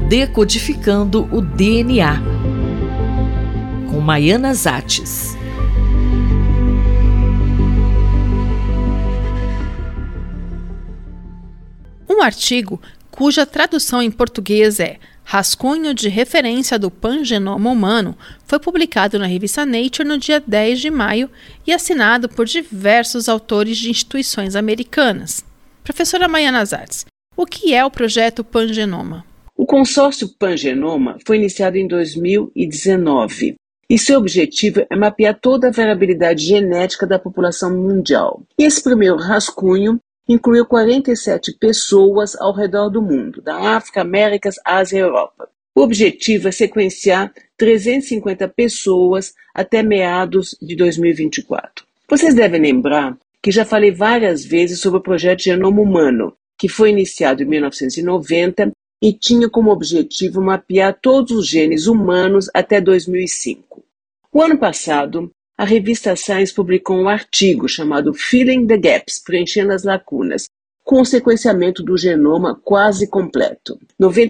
Decodificando o DNA, com Maiana Zates. Um artigo cuja tradução em português é Rascunho de Referência do Pangenoma Humano foi publicado na revista Nature no dia 10 de maio e assinado por diversos autores de instituições americanas. Professora Maiana Zates, o que é o projeto Pangenoma? O consórcio Pangenoma foi iniciado em 2019 e seu objetivo é mapear toda a variabilidade genética da população mundial. E esse primeiro rascunho incluiu 47 pessoas ao redor do mundo, da África, Américas, Ásia e Europa. O objetivo é sequenciar 350 pessoas até meados de 2024. Vocês devem lembrar que já falei várias vezes sobre o projeto Genoma Humano, que foi iniciado em 1990 e tinha como objetivo mapear todos os genes humanos até 2005. O ano passado, a revista Science publicou um artigo chamado Filling the Gaps, Preenchendo as Lacunas, com o sequenciamento do genoma quase completo.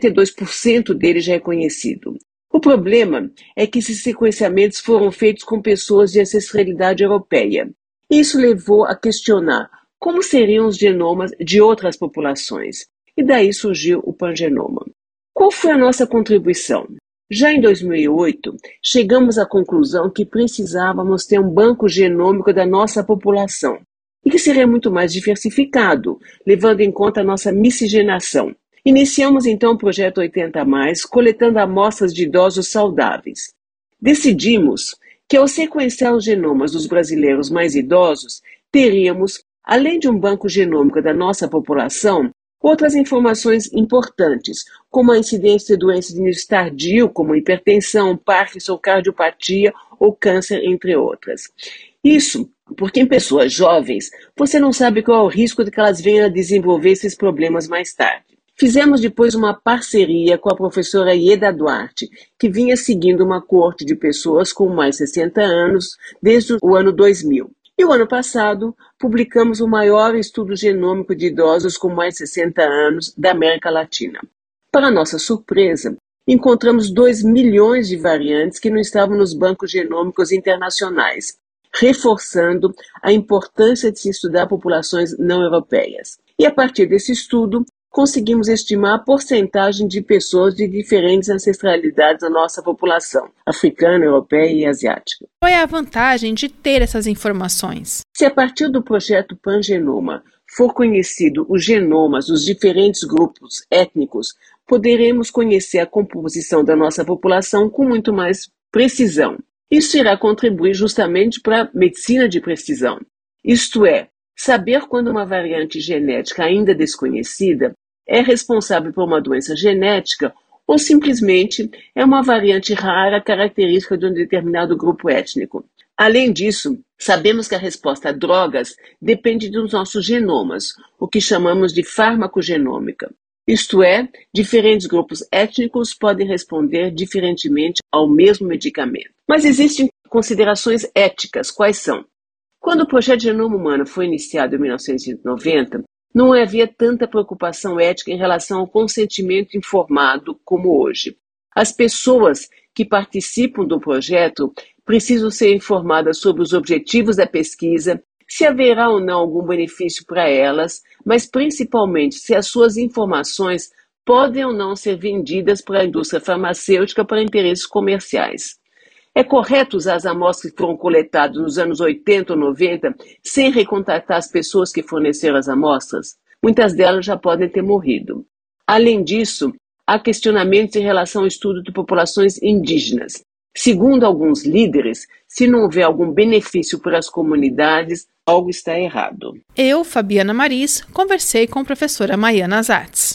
92% dele já é conhecido. O problema é que esses sequenciamentos foram feitos com pessoas de ancestralidade europeia. Isso levou a questionar como seriam os genomas de outras populações. E daí surgiu o Pangenoma. Qual foi a nossa contribuição? Já em 2008, chegamos à conclusão que precisávamos ter um banco genômico da nossa população e que seria muito mais diversificado, levando em conta a nossa miscigenação. Iniciamos então o projeto 80+, coletando amostras de idosos saudáveis. Decidimos que ao sequenciar os genomas dos brasileiros mais idosos, teríamos, além de um banco genômico da nossa população, outras informações importantes, como a incidência de doenças de início tardio, como hipertensão, Parkinson, cardiopatia ou câncer, entre outras. Isso porque em pessoas jovens, você não sabe qual é o risco de que elas venham a desenvolver esses problemas mais tarde. Fizemos depois uma parceria com a professora Ieda Duarte, que vinha seguindo uma coorte de pessoas com mais de 60 anos desde o ano 2000. E o ano passado, publicamos o maior estudo genômico de idosos com mais de 60 anos da América Latina. Para nossa surpresa, encontramos 2 milhões de variantes que não estavam nos bancos genômicos internacionais, reforçando a importância de se estudar populações não europeias. E a partir desse estudo, conseguimos estimar a porcentagem de pessoas de diferentes ancestralidades da nossa população, africana, europeia e asiática. Qual é a vantagem de ter essas informações? Se a partir do projeto Pangenoma for conhecido os genomas dos diferentes grupos étnicos, poderemos conhecer a composição da nossa população com muito mais precisão. Isso irá contribuir justamente para a medicina de precisão. Isto é, saber quando uma variante genética ainda desconhecida é responsável por uma doença genética ou simplesmente é uma variante rara característica de um determinado grupo étnico. Além disso, sabemos que a resposta a drogas depende dos nossos genomas, o que chamamos de farmacogenômica. Isto é, diferentes grupos étnicos podem responder diferentemente ao mesmo medicamento. Mas existem considerações éticas. Quais são? Quando o projeto Genoma Humano foi iniciado em 1990, não havia tanta preocupação ética em relação ao consentimento informado como hoje. As pessoas que participam do projeto precisam ser informadas sobre os objetivos da pesquisa, se haverá ou não algum benefício para elas, mas principalmente se as suas informações podem ou não ser vendidas para a indústria farmacêutica para interesses comerciais. É correto usar as amostras que foram coletadas nos anos 80 ou 90 sem recontatar as pessoas que forneceram as amostras? Muitas delas já podem ter morrido. Além disso, há questionamentos em relação ao estudo de populações indígenas. Segundo alguns líderes, se não houver algum benefício para as comunidades, algo está errado. Eu, Fabiana Maris, conversei com a professora Maiana Zates.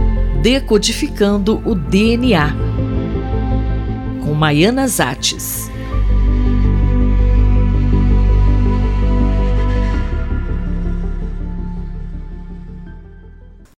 Decodificando o DNA, com Maiana Zates.